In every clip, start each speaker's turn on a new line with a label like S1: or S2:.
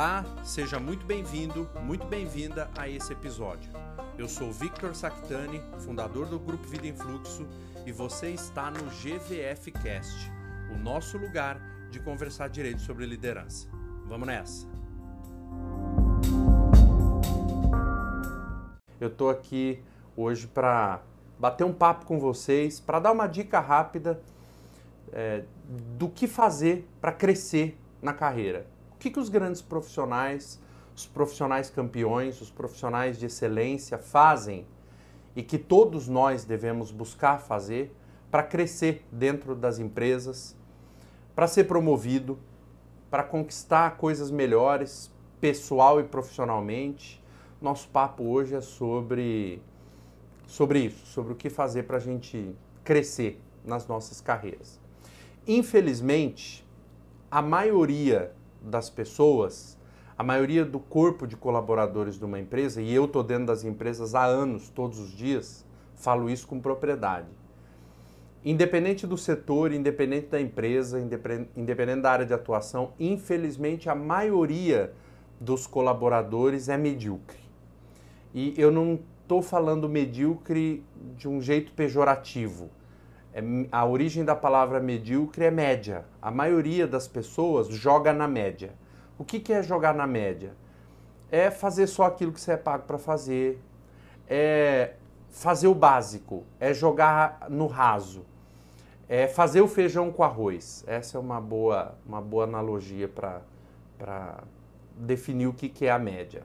S1: Olá, seja muito bem-vindo, muito bem-vinda a esse episódio. Eu sou Victor Sactani, fundador do Grupo Vida em Fluxo, e você está no GVF Cast, o nosso lugar de conversar direito sobre liderança. Vamos nessa! Eu estou aqui hoje para bater um papo com vocês, para dar uma dica rápida do que fazer para crescer na carreira. O que os grandes profissionais, os profissionais campeões, os profissionais de excelência fazem e que todos nós devemos buscar fazer para crescer dentro das empresas, para ser promovido, para conquistar coisas melhores, pessoal e profissionalmente. Nosso papo hoje é sobre isso, sobre o que fazer para a gente crescer nas nossas carreiras. Infelizmente, a maioria das pessoas, a maioria do corpo de colaboradores de uma empresa, e eu estou dentro das empresas há anos, todos os dias, falo isso com propriedade. Independente do setor, independente da empresa, independente da área de atuação, infelizmente a maioria dos colaboradores é medíocre. E eu não estou falando medíocre de um jeito pejorativo. A origem da palavra medíocre é média. A maioria das pessoas joga na média. O que é jogar na média? É fazer só aquilo que você é pago para fazer, é fazer o básico, é jogar no raso, é fazer o feijão com arroz. Essa é uma boa analogia para definir o que é a média.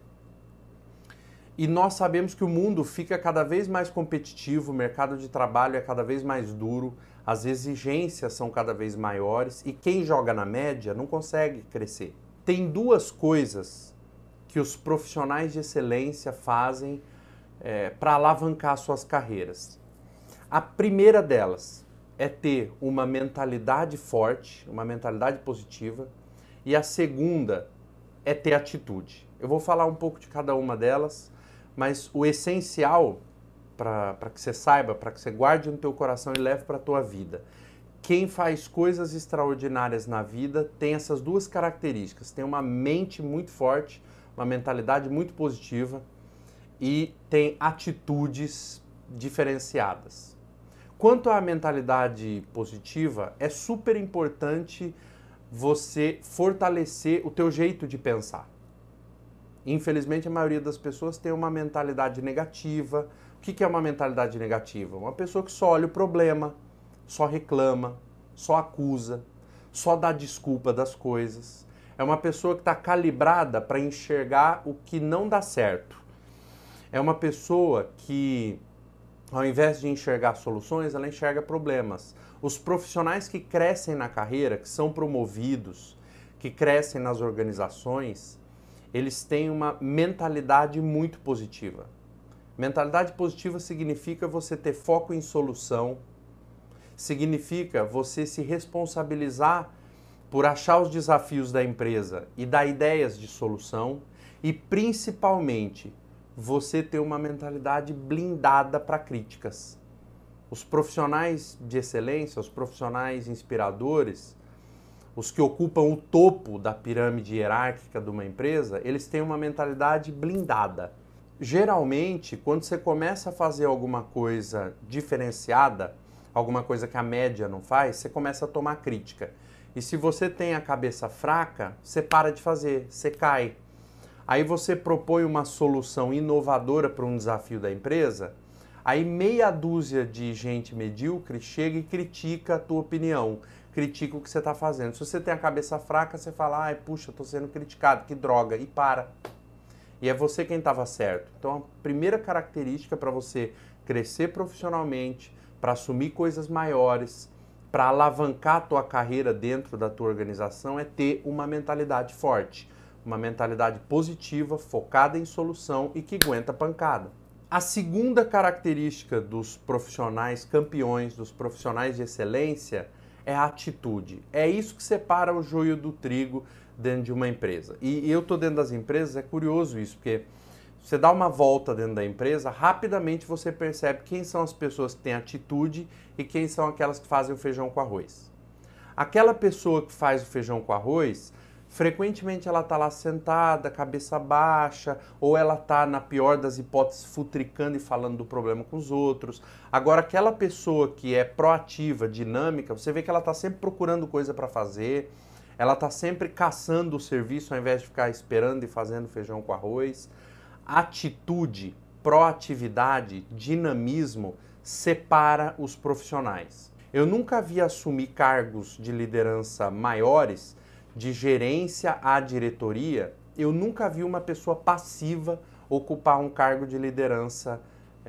S1: E nós sabemos que o mundo fica cada vez mais competitivo, o mercado de trabalho é cada vez mais duro, as exigências são cada vez maiores e quem joga na média não consegue crescer. Tem duas coisas que os profissionais de excelência fazem para alavancar suas carreiras. A primeira delas é ter uma mentalidade forte, uma mentalidade positiva, e a segunda é ter atitude. Eu vou falar um pouco de cada uma delas, mas o essencial para que você saiba, para que você guarde no teu coração e leve para a tua vida. Quem faz coisas extraordinárias na vida tem essas duas características. Tem uma mente muito forte, uma mentalidade muito positiva e tem atitudes diferenciadas. Quanto à mentalidade positiva, é super importante você fortalecer o teu jeito de pensar. Infelizmente, a maioria das pessoas tem uma mentalidade negativa. O que é uma mentalidade negativa? Uma pessoa que só olha o problema, só reclama, só acusa, só dá desculpa das coisas. É uma pessoa que está calibrada para enxergar o que não dá certo. É uma pessoa que, ao invés de enxergar soluções, ela enxerga problemas. Os profissionais que crescem na carreira, que são promovidos, que crescem nas organizações, eles têm uma mentalidade muito positiva. Mentalidade positiva significa você ter foco em solução, significa você se responsabilizar por achar os desafios da empresa e dar ideias de solução e, principalmente, você ter uma mentalidade blindada para críticas. Os profissionais de excelência, os profissionais inspiradores, os que ocupam o topo da pirâmide hierárquica de uma empresa, eles têm uma mentalidade blindada. Geralmente, quando você começa a fazer alguma coisa diferenciada, alguma coisa que a média não faz, você começa a tomar crítica. E se você tem a cabeça fraca, você para de fazer, você cai. Aí você propõe uma solução inovadora para um desafio da empresa, aí meia dúzia de gente medíocre chega e critica a tua opinião, critica o que você está fazendo. Se você tem a cabeça fraca, você fala, ai, puxa, estou sendo criticado, que droga, e para. E é você quem estava certo. Então, a primeira característica para você crescer profissionalmente, para assumir coisas maiores, para alavancar a tua carreira dentro da tua organização, é ter uma mentalidade forte, uma mentalidade positiva, focada em solução e que aguenta pancada. A segunda característica dos profissionais campeões, dos profissionais de excelência, é a atitude. É isso que separa o joio do trigo dentro de uma empresa. E eu estou dentro das empresas, é curioso isso, porque você dá uma volta dentro da empresa, rapidamente você percebe quem são as pessoas que têm atitude e quem são aquelas que fazem o feijão com arroz. Aquela pessoa que faz o feijão com arroz frequentemente ela está lá sentada, cabeça baixa, ou ela está, na pior das hipóteses, futricando e falando do problema com os outros. Agora, aquela pessoa que é proativa, dinâmica, você vê que ela está sempre procurando coisa para fazer, ela está sempre caçando o serviço ao invés de ficar esperando e fazendo feijão com arroz. Atitude, proatividade, dinamismo separa os profissionais. Eu nunca vi assumir cargos de liderança maiores, de gerência à diretoria, eu nunca vi uma pessoa passiva ocupar um cargo de liderança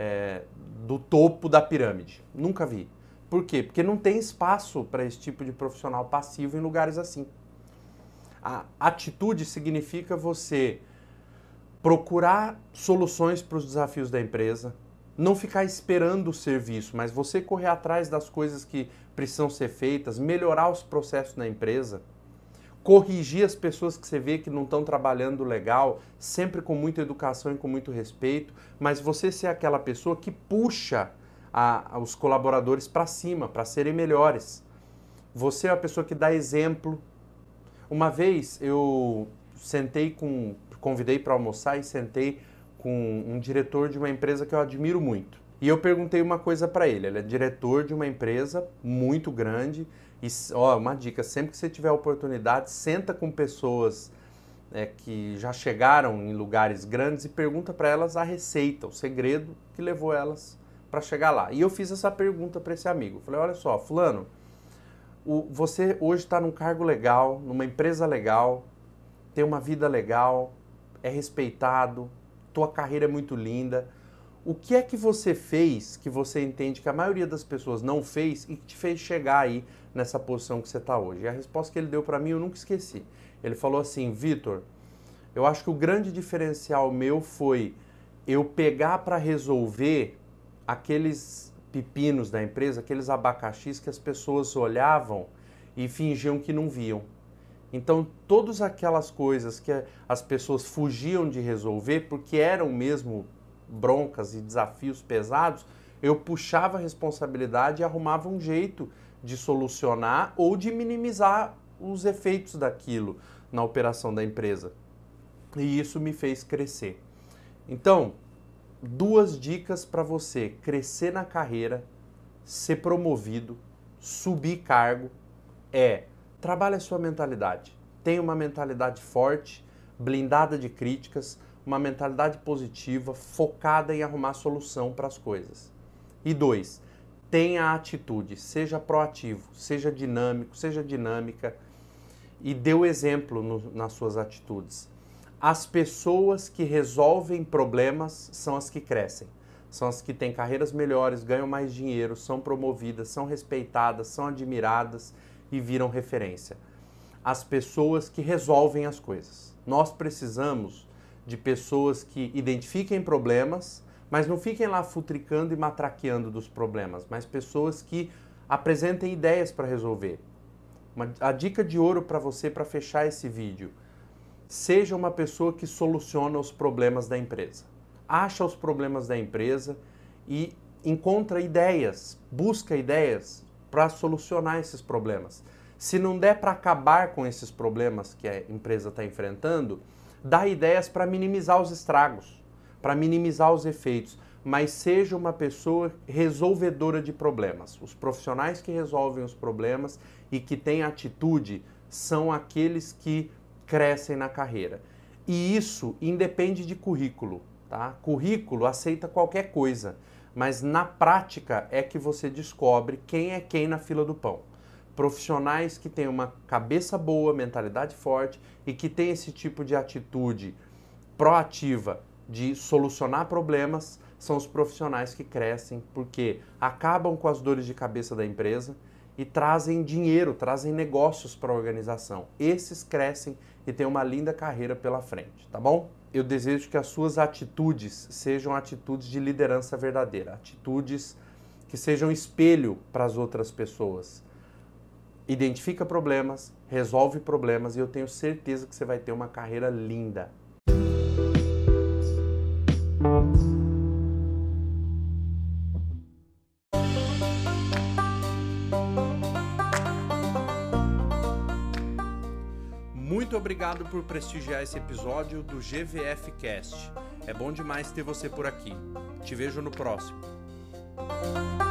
S1: do topo da pirâmide. Nunca vi. Por quê? Porque não tem espaço para esse tipo de profissional passivo em lugares assim. A atitude significa você procurar soluções para os desafios da empresa, não ficar esperando o serviço, mas você correr atrás das coisas que precisam ser feitas, melhorar os processos na empresa, corrigir as pessoas que você vê que não estão trabalhando legal, sempre com muita educação e com muito respeito, mas você ser aquela pessoa que puxa os colaboradores para cima, para serem melhores. Você é a pessoa que dá exemplo. Uma vez eu convidei para almoçar e sentei com um diretor de uma empresa que eu admiro muito. E eu perguntei uma coisa para ele. Ele é diretor de uma empresa muito grande. E, uma dica, sempre que você tiver a oportunidade, senta com pessoas que já chegaram em lugares grandes e pergunta para elas a receita, o segredo que levou elas para chegar lá. E eu fiz essa pergunta para esse amigo. Falei, olha só, fulano, você hoje está num cargo legal, numa empresa legal, tem uma vida legal, é respeitado, tua carreira é muito linda. O que é que você fez que você entende que a maioria das pessoas não fez e que te fez chegar aí nessa posição que você está hoje? E a resposta que ele deu para mim eu nunca esqueci. Ele falou assim, Vitor, eu acho que o grande diferencial meu foi eu pegar para resolver aqueles pepinos da empresa, aqueles abacaxis que as pessoas olhavam e fingiam que não viam. Então, todas aquelas coisas que as pessoas fugiam de resolver porque eram mesmo broncas e desafios pesados, eu puxava a responsabilidade e arrumava um jeito de solucionar ou de minimizar os efeitos daquilo na operação da empresa. E isso me fez crescer. Então, 2 dicas para você crescer na carreira, ser promovido, subir cargo, trabalhe a sua mentalidade. Tenha uma mentalidade forte, blindada de críticas, uma mentalidade positiva, focada em arrumar solução para as coisas. E 2, tenha atitude, seja proativo, seja dinâmico, seja dinâmica e dê o exemplo nas suas atitudes. As pessoas que resolvem problemas são as que crescem, são as que têm carreiras melhores, ganham mais dinheiro, são promovidas, são respeitadas, são admiradas e viram referência. As pessoas que resolvem as coisas. Nós precisamos de pessoas que identifiquem problemas, mas não fiquem lá futricando e matraqueando dos problemas, mas pessoas que apresentem ideias para resolver. A dica de ouro para você, para fechar esse vídeo, seja uma pessoa que soluciona os problemas da empresa. Acha os problemas da empresa e encontra ideias, busca ideias para solucionar esses problemas. Se não der para acabar com esses problemas que a empresa está enfrentando, dá ideias para minimizar os estragos, para minimizar os efeitos, mas seja uma pessoa resolvedora de problemas. Os profissionais que resolvem os problemas e que têm atitude são aqueles que crescem na carreira. E isso independe de currículo, tá? Currículo aceita qualquer coisa, mas na prática é que você descobre quem é quem na fila do pão. Profissionais que têm uma cabeça boa, mentalidade forte e que têm esse tipo de atitude proativa de solucionar problemas são os profissionais que crescem porque acabam com as dores de cabeça da empresa e trazem dinheiro, trazem negócios para a organização. Esses crescem e têm uma linda carreira pela frente, tá bom? Eu desejo que as suas atitudes sejam atitudes de liderança verdadeira, atitudes que sejam espelho para as outras pessoas. Identifica problemas, resolve problemas e eu tenho certeza que você vai ter uma carreira linda. Muito obrigado por prestigiar esse episódio do GVF Cast. É bom demais ter você por aqui. Te vejo no próximo.